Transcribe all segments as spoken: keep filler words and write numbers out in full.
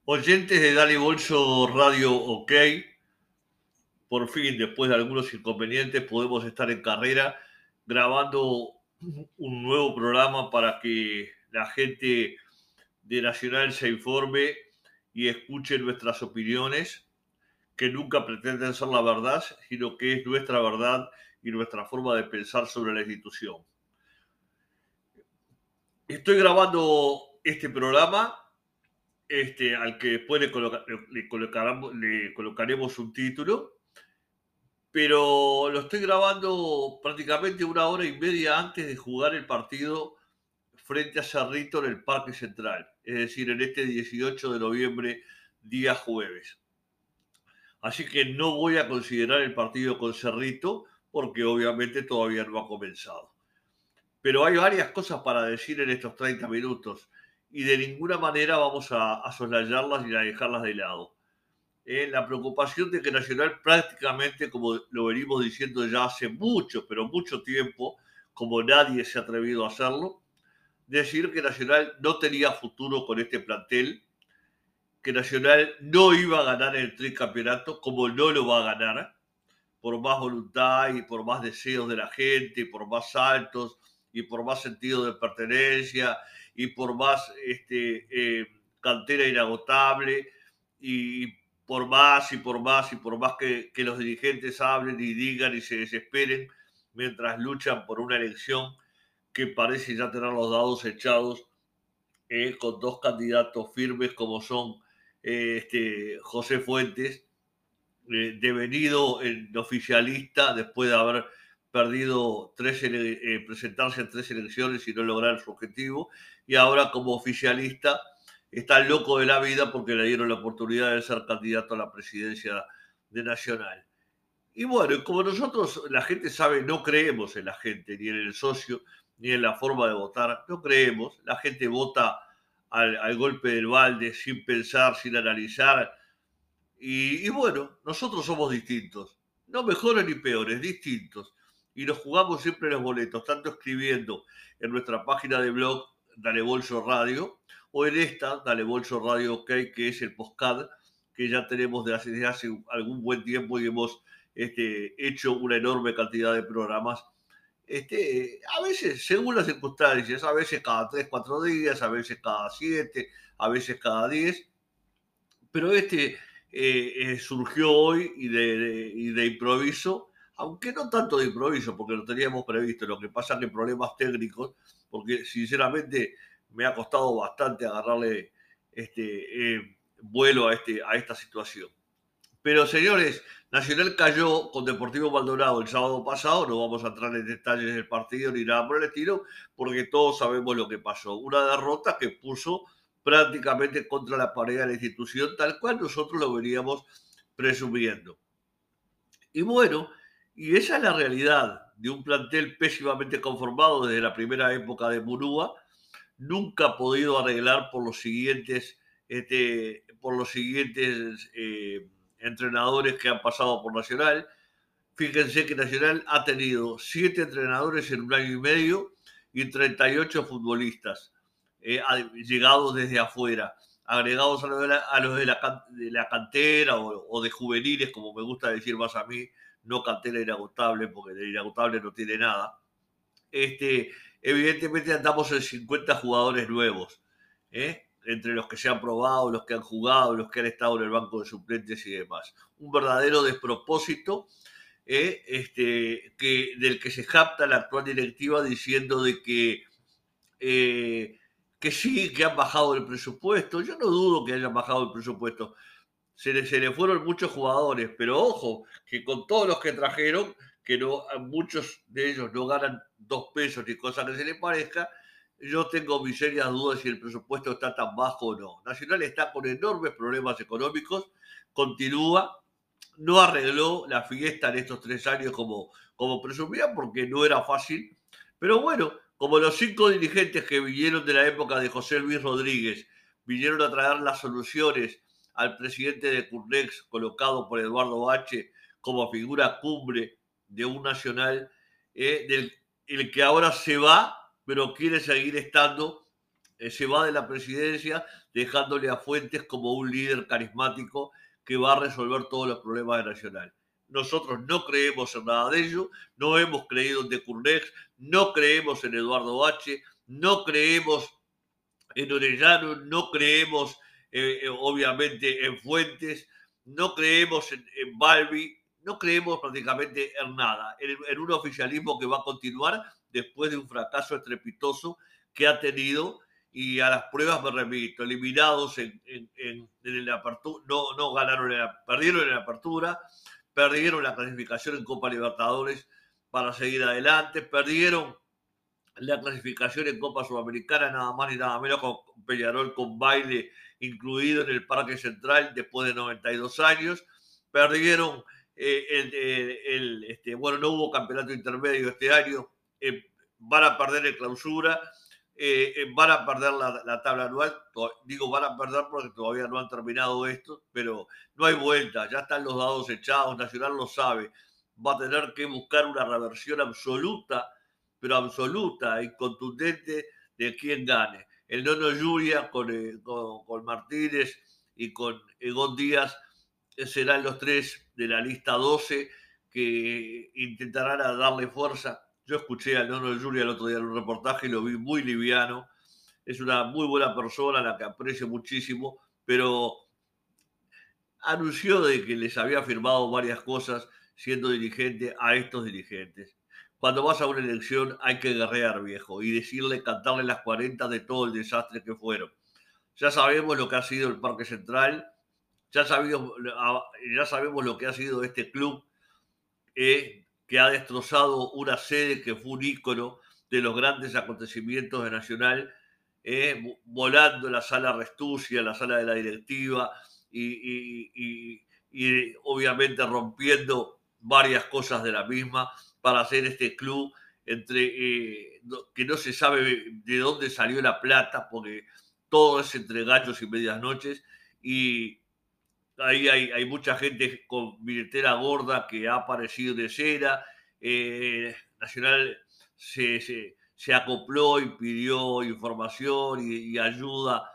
Oyentes de Dale Bolso Radio OK, por fin, después de algunos inconvenientes, podemos estar en carrera grabando un nuevo programa para que la gente de Nacional se informe y escuche nuestras opiniones, que nunca pretenden ser la verdad, sino que es nuestra verdad y nuestra forma de pensar sobre la institución. Estoy grabando este programa este, al que después le, coloca, le, colocaremos, le colocaremos un título, pero lo estoy grabando prácticamente una hora y media antes de jugar el partido frente a Cerrito en el Parque Central, es decir, en este dieciocho de noviembre, día jueves. Así que no voy a considerar el partido con Cerrito porque obviamente todavía no ha comenzado. Pero hay varias cosas para decir en estos treinta minutos y de ninguna manera vamos a, a soslayarlas ni a dejarlas de lado. Eh, la preocupación de que Nacional prácticamente, como lo venimos diciendo ya hace mucho, pero mucho tiempo, como nadie se ha atrevido a hacerlo, decir que Nacional no tenía futuro con este plantel, que Nacional no iba a ganar el tricampeonato, como no lo va a ganar, por más voluntad y por más deseos de la gente, y por más saltos y por más sentido de pertenencia y por más este, eh, cantera inagotable y por más y por más y por más que, que los dirigentes hablen y digan y se desesperen mientras luchan por una elección que parece ya tener los dados echados, eh, con dos candidatos firmes como son eh, este, José Fuentes, eh, devenido en oficialista después de haber perdido tres, eh, presentarse en tres elecciones y no lograr su objetivo, y ahora como oficialista está loco de la vida porque le dieron la oportunidad de ser candidato a la presidencia de Nacional. Y bueno, como nosotros, la gente sabe, no creemos en la gente, ni en el socio, ni en la forma de votar, no creemos, la gente vota al, al golpe del balde, sin pensar, sin analizar, y, y bueno, nosotros somos distintos, no mejores ni peores, distintos. Y nos jugamos siempre los boletos, tanto escribiendo en nuestra página de blog Dale Bolso Radio, o en esta, Dale Bolso Radio OK, que es el podcast que ya tenemos desde hace, desde hace algún buen tiempo y hemos este, hecho una enorme cantidad de programas. Este, a veces, según las circunstancias, a veces cada tres, cuatro días, a veces cada siete, a veces cada diez, pero este eh, eh, surgió hoy y de, de, y de improviso, aunque no tanto de improviso, porque lo teníamos previsto. Lo que pasa es que problemas técnicos, porque sinceramente me ha costado bastante agarrarle este eh, vuelo a, este, a esta situación. Pero señores, Nacional cayó con Deportivo Maldonado el sábado pasado, no vamos a entrar en detalles del partido ni nada por el estilo, porque todos sabemos lo que pasó. Una derrota que puso prácticamente contra la pared de la institución, tal cual nosotros lo veníamos presumiendo. Y bueno, y esa es la realidad de un plantel pésimamente conformado desde la primera época de Murúa, nunca ha podido arreglar por los siguientes, este, por los siguientes eh, entrenadores que han pasado por Nacional. Fíjense que Nacional ha tenido siete entrenadores en un año y medio y treinta y ocho futbolistas eh, llegados desde afuera, agregados a los de la, a los de la, de la cantera o, o, de juveniles, como me gusta decir más a mí, no cantera inagotable, porque de inagotable no tiene nada. Este, evidentemente andamos en cincuenta jugadores nuevos, ¿eh? Entre los que se han probado, los que han jugado, los que han estado en el banco de suplentes y demás. Un verdadero despropósito, ¿eh? este, que, del que se jacta la actual directiva diciendo de que, eh, que sí, que han bajado el presupuesto. Yo no dudo que hayan bajado el presupuesto. Se le, se le fueron muchos jugadores, pero ojo, que con todos los que trajeron, que no, muchos de ellos no ganan dos pesos ni cosa que se les parezca, yo tengo mis serias dudas si el presupuesto está tan bajo o no. Nacional está con enormes problemas económicos, continúa, no arregló la fiesta en estos tres años como, como presumía, porque no era fácil, pero bueno, como los cinco dirigentes que vinieron de la época de José Luis Rodríguez vinieron a traer las soluciones al presidente de Curnex, colocado por Eduardo H. como figura cumbre de un Nacional, eh, del el que ahora se va, pero quiere seguir estando eh, se va de la presidencia dejándole a Fuentes como un líder carismático que va a resolver todos los problemas de Nacional. Nosotros no creemos en nada de ello, no hemos creído en Decurnex, no creemos en Eduardo H., no creemos en Orellano, no creemos eh, eh, obviamente en Fuentes, no creemos en, en Balbi, no creemos prácticamente en nada, en, en un oficialismo que va a continuar después de un fracaso estrepitoso que ha tenido, y a las pruebas me remito, eliminados en, en, en, en la apertura, no, no ganaron, en la, perdieron en la apertura, perdieron la clasificación en Copa Libertadores para seguir adelante, perdieron la clasificación en Copa Sudamericana, nada más ni nada menos, con Peñarol con baile incluido en el Parque Central después de noventa y dos años. Perdieron eh, el, el, el, este, bueno, no hubo campeonato intermedio este año, eh, van a perder el clausura, eh, eh, van a perder la, la tabla anual, digo van a perder porque todavía no han terminado esto, pero no hay vuelta, ya están los dados echados, Nacional lo sabe, va a tener que buscar una reversión absoluta, pero absoluta y contundente de quién gane. El Nono Yuria con, eh, con, con Martínez y con Egon Díaz eh, serán los tres de la lista doce que intentarán darle fuerza. Yo escuché al Nono Yuria el otro día en un reportaje y lo vi muy liviano. Es una muy buena persona, la que aprecio muchísimo, pero anunció de que les había firmado varias cosas siendo dirigente a estos dirigentes. Cuando vas a una elección hay que guerrear, viejo, y decirle, cantarle las cuarenta de todo el desastre que fueron. Ya sabemos lo que ha sido el Parque Central, ya sabemos, ya sabemos lo que ha sido este club, eh, que ha destrozado una sede que fue un ícono de los grandes acontecimientos de Nacional, eh, volando la sala Restucia, la sala de la directiva, y, y, y, y obviamente rompiendo varias cosas de la misma para hacer este club entre eh, que no se sabe de dónde salió la plata, porque todo es entre gallos y medias noches, y ahí hay, hay mucha gente con billetera gorda que ha aparecido de cera. Eh, Nacional se, se, se, acopló y pidió información y, y ayuda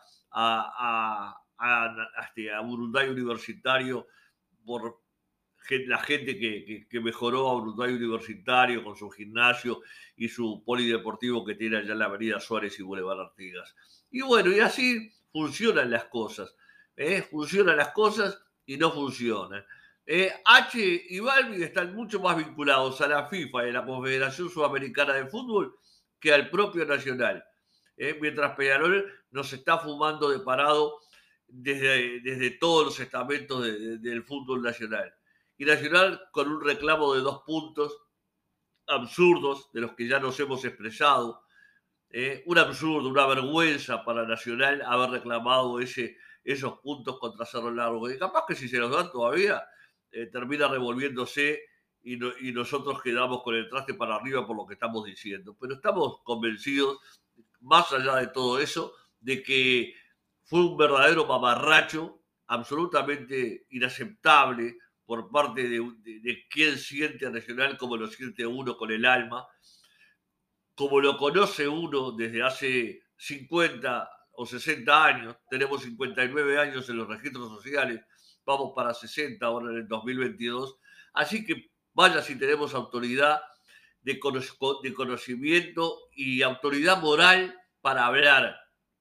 a, a, a, a, este, a Urunday Universitario por la gente que, que, que, mejoró a Urunday Universitario con su gimnasio y su polideportivo que tiene allá en la avenida Suárez y Boulevard Artigas. Y bueno, y así funcionan las cosas. ¿eh? Funcionan las cosas y no funcionan. Eh, H y Balbi están mucho más vinculados a la FIFA y a la Confederación Sudamericana de Fútbol que al propio Nacional. ¿eh? Mientras Peñarol nos está fumando de parado desde, desde todos los estamentos de, de, del fútbol nacional. Y Nacional con un reclamo de dos puntos absurdos, de los que ya nos hemos expresado. ¿eh? Un absurdo, una vergüenza para Nacional haber reclamado ese, esos puntos contra Cerro Largo. Y capaz que si se los dan todavía, eh, termina revolviéndose y, no, y nosotros quedamos con el traste para arriba por lo que estamos diciendo. Pero estamos convencidos, más allá de todo eso, de que fue un verdadero mamarracho, absolutamente inaceptable por parte de, de, de quien siente a Nacional como lo siente uno con el alma, como lo conoce uno desde hace cincuenta o sesenta años. Tenemos cincuenta y nueve años en los registros sociales, vamos para sesenta ahora en el dos mil veintidós. Así que vaya si tenemos autoridad de, cono de conocimiento y autoridad moral para hablar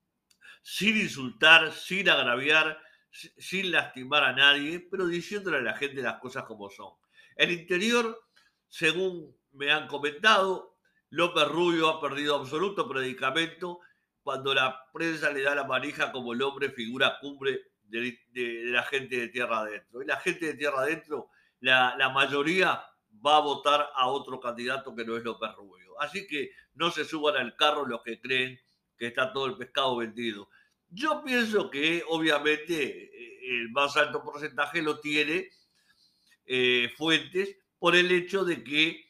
sin insultar, sin agraviar, sin lastimar a nadie, pero diciéndole a la gente las cosas como son. El interior, según me han comentado, López Rubio ha perdido absoluto predicamento cuando la prensa le da la manija como el hombre figura cumbre de, de, de la gente de tierra adentro. Y la gente de tierra adentro, la, la mayoría va a votar a otro candidato que no es López Rubio. Así que no se suban al carro los que creen que está todo el pescado vendido. Yo pienso que obviamente el más alto porcentaje lo tiene eh, Fuentes por el hecho de que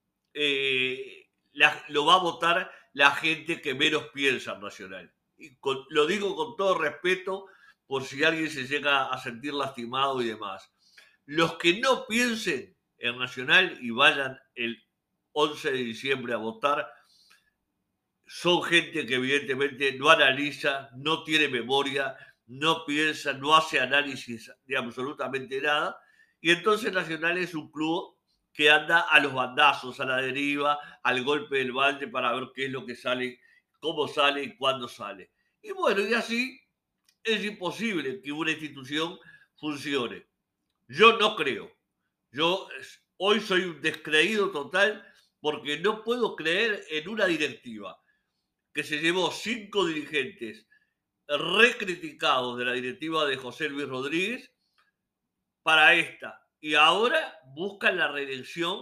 eh, la, lo va a votar la gente que menos piensa en Nacional. Y con, lo digo con todo respeto por si alguien se llega a sentir lastimado y demás. Los que no piensen en Nacional y vayan el once de diciembre a votar, son gente que evidentemente no analiza, no tiene memoria, no piensa, no hace análisis de absolutamente nada. Y entonces Nacional es un club que anda a los bandazos, a la deriva, al golpe del balde para ver qué es lo que sale, cómo sale y cuándo sale. Y bueno, y así es imposible que una institución funcione. Yo no creo. Yo hoy soy un descreído total porque no puedo creer en una directiva que se llevó cinco dirigentes recriticados de la directiva de José Luis Rodríguez para esta. Y ahora buscan la reelección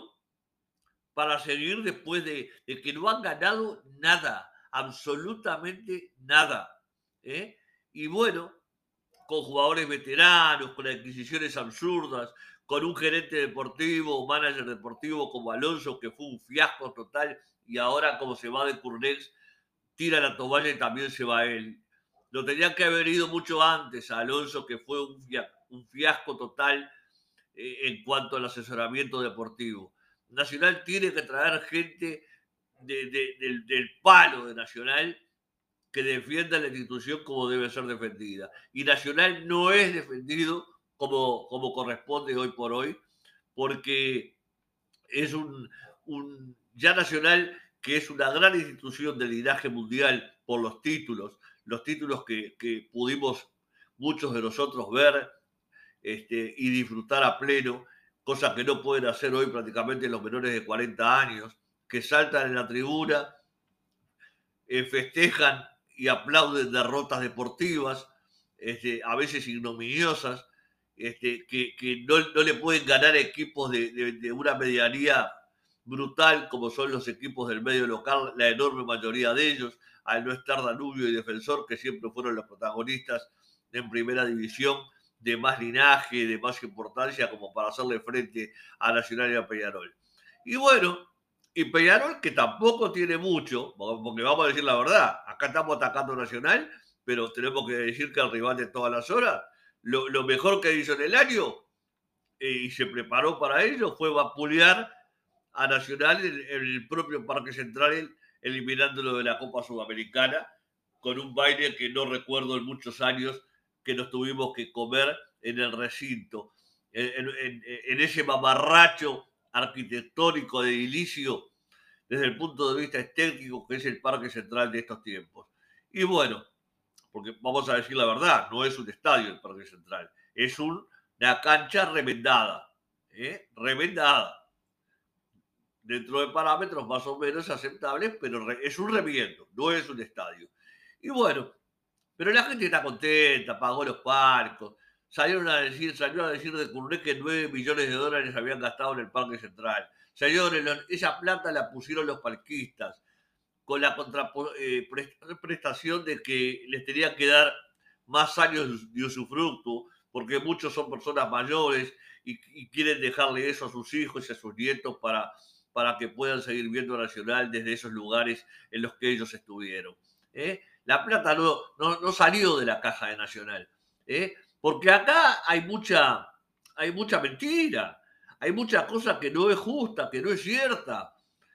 para seguir después de, de que no han ganado nada, absolutamente nada. ¿eh? Y bueno, con jugadores veteranos, con adquisiciones absurdas, con un gerente deportivo, un manager deportivo como Alonso, que fue un fiasco total, y ahora como se va de Curnex, tira la toalla y también se va él. Lo tenía que haber ido mucho antes a Alonso, que fue un, un fiasco total eh, en cuanto al asesoramiento deportivo. Nacional tiene que traer gente de, de, del, del palo de Nacional que defienda la institución como debe ser defendida. Y Nacional no es defendido como, como corresponde hoy por hoy, porque es un, un ya Nacional que es una gran institución de linaje mundial por los títulos, los títulos que, que pudimos muchos de nosotros ver este, y disfrutar a pleno, cosa que no pueden hacer hoy prácticamente los menores de cuarenta años, que saltan en la tribuna, eh, festejan y aplauden derrotas deportivas, este, a veces ignominiosas, este, que, que no, no, le pueden ganar equipos de, de, de, una medianía brutal como son los equipos del medio local, la enorme mayoría de ellos, al no estar Danubio y Defensor, que siempre fueron los protagonistas en primera división, de más linaje, de más importancia, como para hacerle frente a Nacional y a Peñarol. Y bueno, y Peñarol, que tampoco tiene mucho, porque vamos a decir la verdad, acá estamos atacando Nacional, pero tenemos que decir que el rival de todas las horas, lo, lo mejor que hizo en el año, eh, y se preparó para ello, fue vapulear a Nacional en, en el propio Parque Central, eliminándolo de la Copa Sudamericana, con un baile que no recuerdo en muchos años que nos tuvimos que comer en el recinto, en, en, en ese mamarracho arquitectónico de edilicio desde el punto de vista estético que es el Parque Central de estos tiempos. Y bueno, porque vamos a decir la verdad, no es un estadio el Parque Central, es un, una cancha remendada, ¿eh? remendada, dentro de parámetros más o menos aceptables, pero re, es un remiendo, no es un estadio. Y bueno, pero la gente está contenta, pagó los palcos, salieron a decir, salió a decir de Curné que nueve millones de dólares habían gastado en el Parque Central. Señores, esa plata la pusieron los palquistas con la contraprestación eh, de que les tenía que dar más años de usufructo, porque muchos son personas mayores y, y quieren dejarle eso a sus hijos y a sus nietos para, para que puedan seguir viendo Nacional desde esos lugares en los que ellos estuvieron. ¿eh? La plata no, no, no, salió de la caja de Nacional, ¿eh? porque acá hay mucha, hay mucha mentira, hay mucha cosa que no es justa, que no es cierta.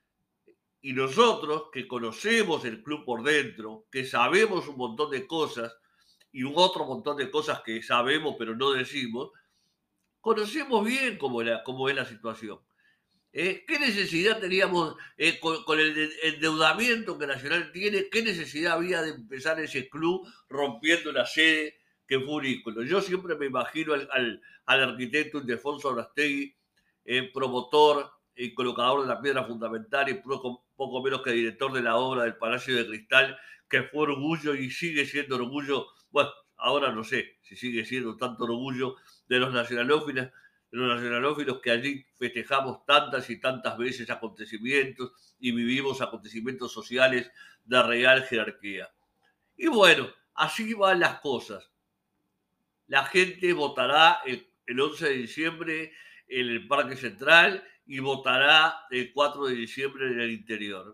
Y nosotros que conocemos el club por dentro, que sabemos un montón de cosas y un otro montón de cosas que sabemos pero no decimos, conocemos bien cómo, era, cómo es la situación. ¿Eh? ¿Qué necesidad teníamos eh, con, con, el endeudamiento que Nacional tiene? ¿Qué necesidad había de empezar ese club rompiendo la sede que fue un ícono? Yo siempre me imagino al, al, al arquitecto Ildefonso Arastegui, eh, promotor y colocador de la piedra fundamental y poco, poco menos que director de la obra del Palacio de Cristal, que fue orgullo y sigue siendo orgullo, bueno, ahora no sé si sigue siendo tanto orgullo de los nacionalófilos, de los nacionalófilos que allí festejamos tantas y tantas veces acontecimientos y vivimos acontecimientos sociales de real jerarquía. Y bueno, así van las cosas. La gente votará el, el once de diciembre en el Parque Central y votará el cuatro de diciembre en el interior.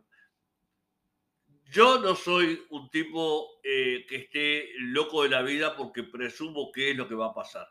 Yo no soy un tipo eh, que esté loco de la vida porque presumo que es lo que va a pasar.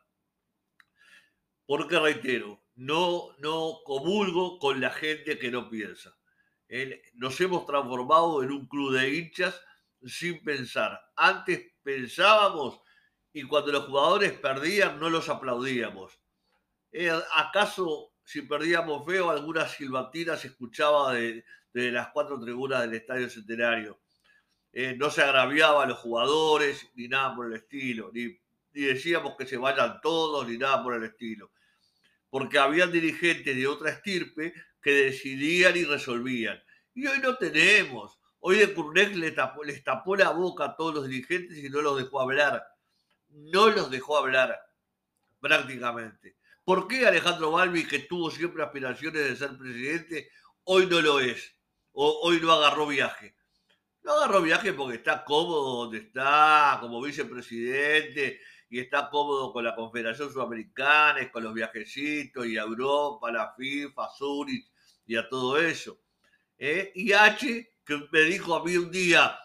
Porque reitero, no, no comulgo con la gente que no piensa. El- nos hemos transformado en un club de hinchas sin pensar. Antes pensábamos y cuando los jugadores perdían no los aplaudíamos. Eh, ¿Acaso si perdíamos feo alguna silbatina se escuchaba de, de las cuatro tribunas del Estadio Centenario? Eh, no se agraviaba a los jugadores ni nada por el estilo, ni, ni decíamos que se vayan todos ni nada por el estilo, porque había dirigentes de otra estirpe que decidían y resolvían. Y hoy no tenemos. Hoy de Curnex le tapó, les tapó la boca a todos los dirigentes y no los dejó hablar. No los dejó hablar prácticamente. ¿Por qué Alejandro Balbi, que tuvo siempre aspiraciones de ser presidente, hoy no lo es? O hoy no agarró viaje. No agarró viaje porque está cómodo donde está, como vicepresidente, y está cómodo con la Confederación Sudamericana, y con los viajecitos, y a Europa, a la FIFA, a Zurich, y a todo eso. ¿Eh? Y H, que me dijo a mí un día,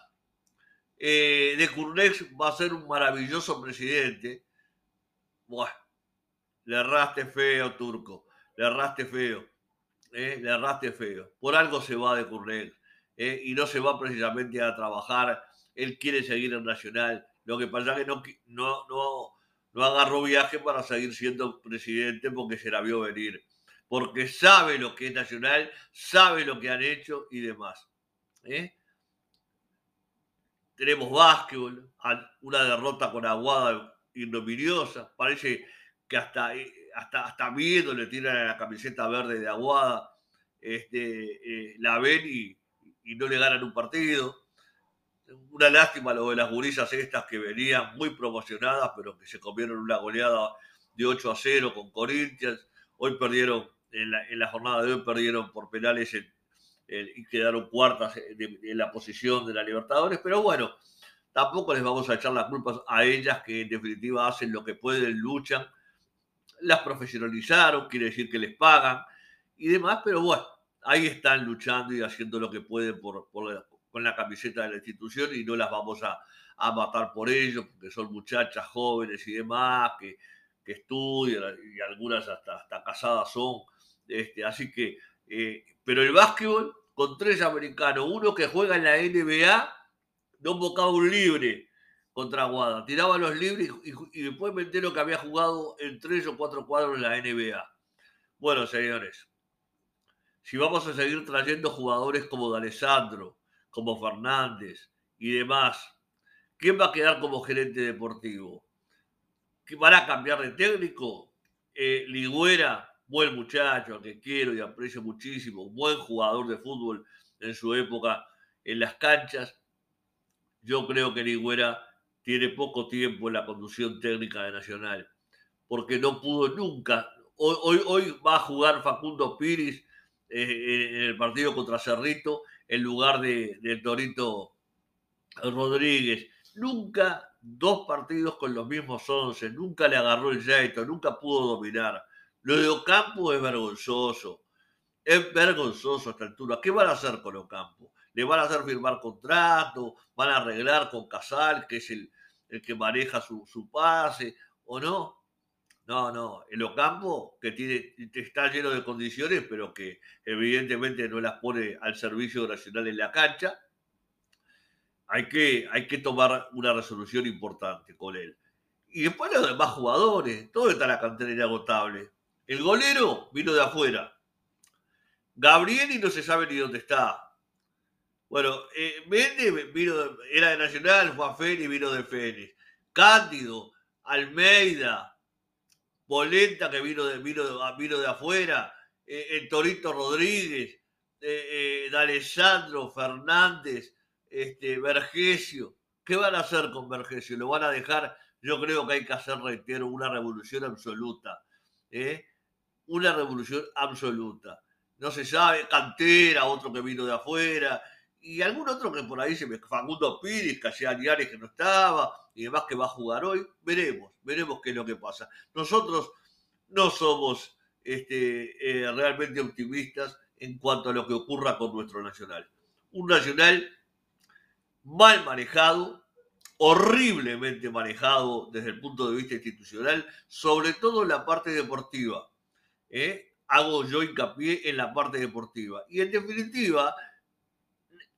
eh, de Curnex va a ser un maravilloso presidente. Bueno, le erraste feo, Turco, le erraste feo. ¿Eh? Le erraste feo. Por algo se va de Curnex, ¿eh? Y no se va precisamente a trabajar. Él quiere seguir en Nacional. Lo que pasa es que no, no, no, no agarró viaje para seguir siendo presidente porque se la vio venir. Porque sabe lo que es Nacional, sabe lo que han hecho y demás. ¿Eh? Tenemos básquetbol, una derrota con Aguada ignominiosa. Parece que hasta, eh, hasta, hasta miedo le tiran a la camiseta verde de Aguada. Este, eh, la ven y, y no le ganan un partido. Una lástima lo de las gurisas estas que venían muy promocionadas, pero que se comieron una goleada de ocho a cero con Corinthians. Hoy perdieron, en la, en la jornada de hoy perdieron por penales en, en, y quedaron cuartas en, en la posición de la Libertadores, pero bueno, tampoco les vamos a echar las culpas a ellas que en definitiva hacen lo que pueden, luchan, las profesionalizaron, quiere decir que les pagan y demás, pero bueno, ahí están luchando y haciendo lo que pueden por, por la, con la camiseta de la institución y no las vamos a, a matar por ello, porque son muchachas jóvenes y demás, que, que estudian y algunas hasta, hasta casadas son. Este, así que, eh, pero el básquetbol con tres americanos, uno que juega en la N B A, no invocaba un libre contra Aguada. Tiraba los libres y, y, y, después me entero que había jugado en tres o cuatro cuadros en la N B A. Bueno, señores, si vamos a seguir trayendo jugadores como D'Alessandro, como Fernández y demás, ¿quién va a quedar como gerente deportivo? ¿Van a cambiar de técnico? Eh, Ligüera, buen muchacho, al que quiero y aprecio muchísimo, buen jugador de fútbol en su época en las canchas. Yo creo que Ligüera tiene poco tiempo en la conducción técnica de Nacional, porque no pudo nunca. Hoy, hoy, hoy va a jugar Facundo Piris eh, en el partido contra Cerrito en lugar de, de Torito Rodríguez. Nunca dos partidos con los mismos once, nunca le agarró el jeito, nunca pudo dominar. Lo de Ocampo es vergonzoso. Es vergonzoso a esta altura. ¿Qué van a hacer con Ocampo? ¿Le van a hacer firmar contrato? ¿Van a arreglar con Casal, que es el, el que maneja su, su pase? ¿O no? No, no. El Ocampo, que tiene, está lleno de condiciones, pero que evidentemente no las pone al servicio nacional en la cancha. Hay que, hay que tomar una resolución importante con él. Y después los demás jugadores. Todo está la cantera inagotable. El golero vino de afuera. Gabrieli no se sabe ni dónde está. Bueno, eh, Méndez vino, era de Nacional, fue a Fénix, vino de Fénix. Cándido, Almeida, Polenta, que vino de, vino de, vino de afuera, eh, el Torito Rodríguez, eh, eh, D'Alessandro, Fernández, este, Vergesio. ¿Qué van a hacer con Vergesio? ¿Lo van a dejar? Yo creo que hay que hacer, reitero, una revolución absoluta. ¿eh? Una revolución absoluta. No se sabe, Cantera, otro que vino de afuera, y algún otro que por ahí se me. Facundo Pires, que hacía Añares que no estaba, y demás que va a jugar hoy. Veremos, veremos qué es lo que pasa. Nosotros no somos este, eh, realmente optimistas en cuanto a lo que ocurra con nuestro Nacional. Un Nacional mal manejado, horriblemente manejado desde el punto de vista institucional, sobre todo en la parte deportiva. ¿eh? Hago yo hincapié en la parte deportiva. Y en definitiva,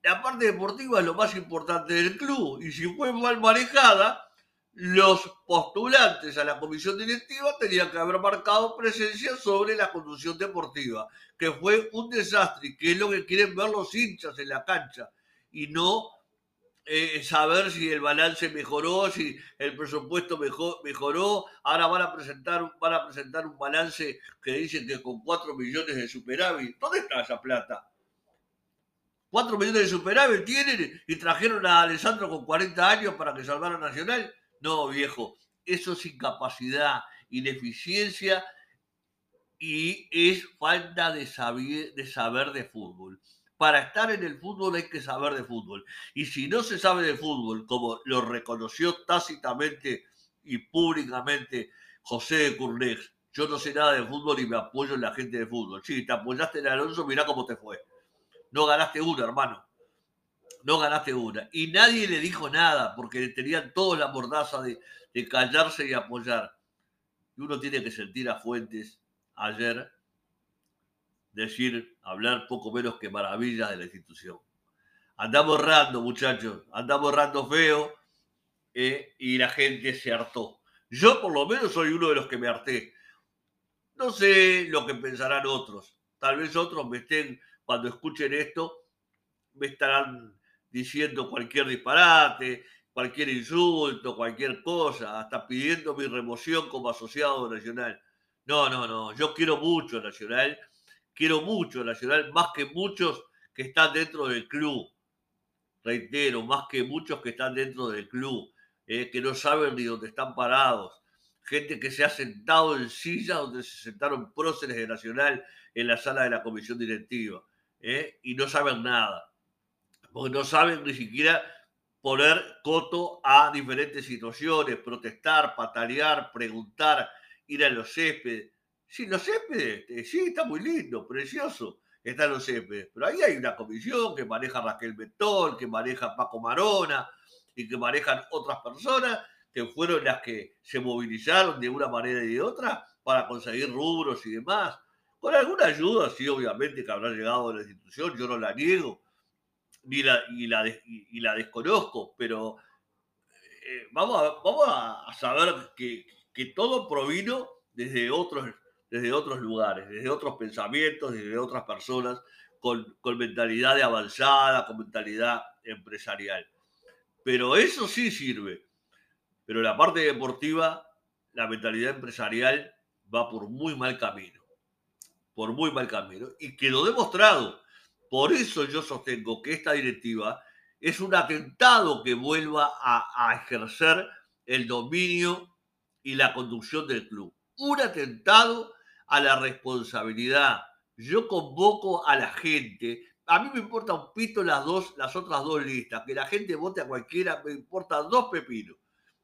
la parte deportiva es lo más importante del club y si fue mal manejada, los postulantes a la comisión directiva tenían que haber marcado presencia sobre la conducción deportiva, que fue un desastre, que es lo que quieren ver los hinchas en la cancha, y no eh, saber si el balance mejoró, si el presupuesto mejor, mejoró. Ahora van a, presentar, van a presentar un balance que dicen que con cuatro millones de superávit. ¿Dónde está esa plata? cuatro millones de superávit tienen y trajeron a Alessandro con cuarenta años para que salvara Nacional. No, viejo, eso es incapacidad, ineficiencia y es falta de saber, de saber de fútbol. Para estar en el fútbol hay que saber de fútbol. Y si no se sabe de fútbol, como lo reconoció tácitamente y públicamente José de Curnex, yo no sé nada de fútbol y me apoyo en la gente de fútbol. Sí, te apoyaste en Alonso, mirá cómo te fue. No ganaste una, hermano. No ganaste una. Y nadie le dijo nada, porque tenían todos la mordaza de, de callarse y apoyar. Y uno tiene que sentir a Fuentes ayer decir, hablar poco menos que maravillas de la institución. Andamos errando, muchachos, andamos errando feo eh, y la gente se hartó. Yo por lo menos soy uno de los que me harté. No sé lo que pensarán otros. Tal vez otros me estén, cuando escuchen esto, me estarán diciendo cualquier disparate, cualquier insulto, cualquier cosa, hasta pidiendo mi remoción como asociado nacional. No, no, no, yo quiero mucho a Nacional, quiero mucho a Nacional, más que muchos que están dentro del club, reitero, más que muchos que están dentro del club, eh, que no saben ni dónde están parados, gente que se ha sentado en sillas donde se sentaron próceres de Nacional en la sala de la comisión directiva, eh, y no saben nada porque no saben ni siquiera poner coto a diferentes situaciones, protestar, patalear, preguntar, ir a los céspedes. Sí, los céspedes, eh, sí, está muy lindo, precioso, están los céspedes, pero ahí hay una comisión que maneja Raquel Betón, que maneja Paco Marona y que manejan otras personas que fueron las que se movilizaron de una manera y de otra para conseguir rubros y demás. Con alguna ayuda, sí, obviamente, que habrá llegado a la institución, yo no la niego, ni la, y, la, y, y la desconozco, pero eh, vamos, a, vamos a saber que, que todo provino desde otros, desde otros lugares, desde otros pensamientos, desde otras personas con, con mentalidad de avanzada, con mentalidad empresarial. Pero eso sí sirve. Pero la parte deportiva, la mentalidad empresarial va por muy mal camino. Por muy mal camino. Y quedó demostrado. Por eso yo sostengo que esta directiva es un atentado que vuelva a, a ejercer el dominio y la conducción del club. Un atentado a la responsabilidad. Yo convoco a la gente. A mí me importa un pito las dos, las otras dos listas. Que la gente vote a cualquiera, me importa dos pepinos.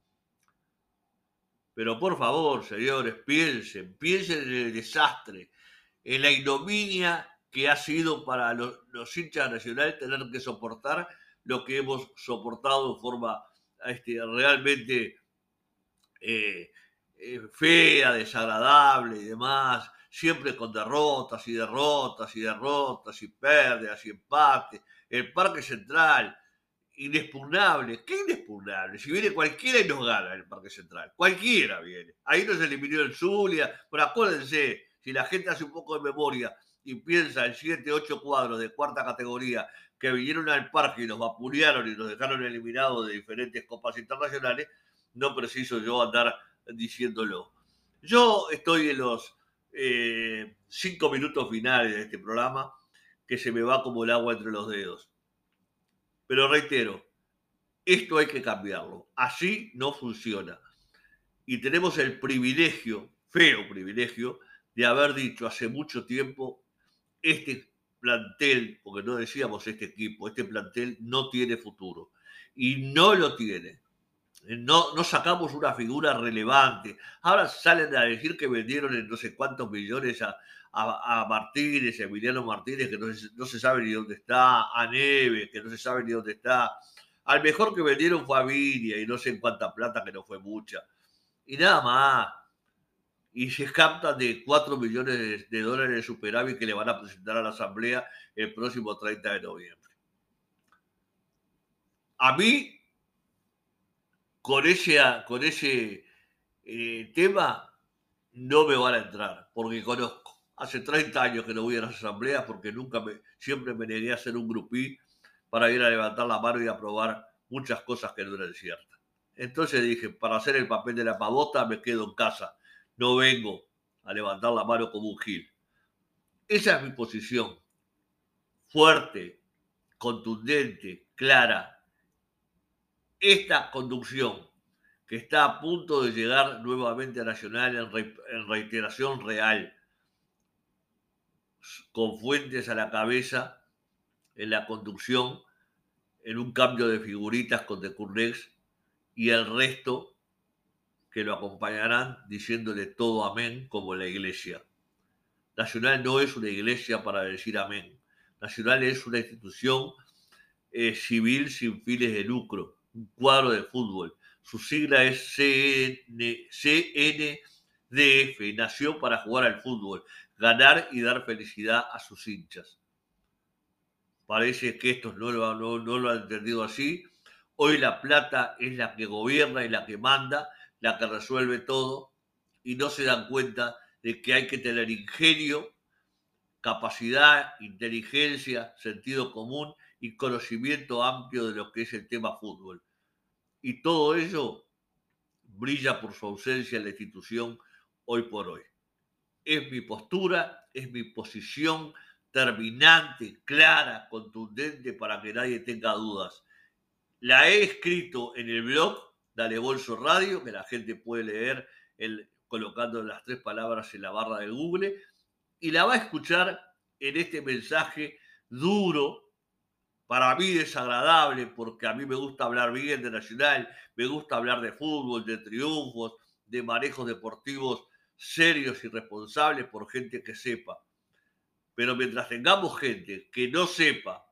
Pero por favor, señores, piensen, piensen en el desastre, en la ignominia que ha sido para los, los hinchas nacionales tener que soportar lo que hemos soportado de forma este, realmente eh, eh, fea, desagradable y demás, siempre con derrotas y derrotas y derrotas y pérdidas y empates. El Parque Central, inexpugnable. ¿Qué inexpugnable? Si viene cualquiera y nos gana el Parque Central. Cualquiera viene. Ahí nos eliminó el Zulia. Pero acuérdense, si la gente hace un poco de memoria y piensa en siete, ocho cuadros de cuarta categoría que vinieron al parque y nos vapulearon y nos dejaron eliminados de diferentes copas internacionales, no preciso yo andar diciéndolo. Yo estoy en los eh, cinco minutos finales de este programa que se me va como el agua entre los dedos. Pero reitero, esto hay que cambiarlo. Así no funciona. Y tenemos el privilegio, feo privilegio, de haber dicho hace mucho tiempo, este plantel, porque no decíamos este equipo, este plantel no tiene futuro. Y no lo tiene. No, no sacamos una figura relevante. Ahora salen a decir que vendieron en no sé cuántos millones a, a, a Martínez, a Emiliano Martínez, que no se, no se sabe ni dónde está, a Neves, que no se sabe ni dónde está. Al mejor que vendieron fue a Viria y no sé en cuánta plata, que no fue mucha. Y nada más. Y se captan de cuatro millones de, de dólares de superávit que le van a presentar a la Asamblea el próximo treinta de noviembre. A mí, con ese, con ese eh, tema, no me van a entrar, porque conozco. Hace treinta años que no voy a las asambleas porque nunca me, siempre me negué a hacer un grupí para ir a levantar la mano y aprobar muchas cosas que no eran ciertas. Entonces dije, para hacer el papel de la pavota me quedo en casa, no vengo a levantar la mano como un gil. Esa es mi posición, fuerte, contundente, clara. Esta conducción que está a punto de llegar nuevamente a Nacional en, re, en reiteración real, con Fuentes a la cabeza en la conducción, en un cambio de figuritas con Decurnex y el resto que lo acompañarán diciéndole todo amén como la iglesia. Nacional no es una iglesia para decir amén. Nacional es una institución eh, civil sin fines de lucro, un cuadro de fútbol. Su sigla es C N D F, nació para jugar al fútbol, ganar y dar felicidad a sus hinchas. Parece que estos no lo, no, no lo han entendido así. Hoy la plata es la que gobierna y la que manda, la que resuelve todo, y no se dan cuenta de que hay que tener ingenio, capacidad, inteligencia, sentido común y conocimiento amplio de lo que es el tema fútbol. Y todo ello brilla por su ausencia en la institución hoy por hoy. Es mi postura, es mi posición terminante, clara, contundente, para que nadie tenga dudas. La he escrito en el blog Dale Bolso Radio, que la gente puede leer el, colocando las tres palabras en la barra de Google, y la va a escuchar en este mensaje duro, para mí desagradable, porque a mí me gusta hablar bien de Nacional, me gusta hablar de fútbol, de triunfos, de manejos deportivos serios y responsables por gente que sepa. Pero mientras tengamos gente que no sepa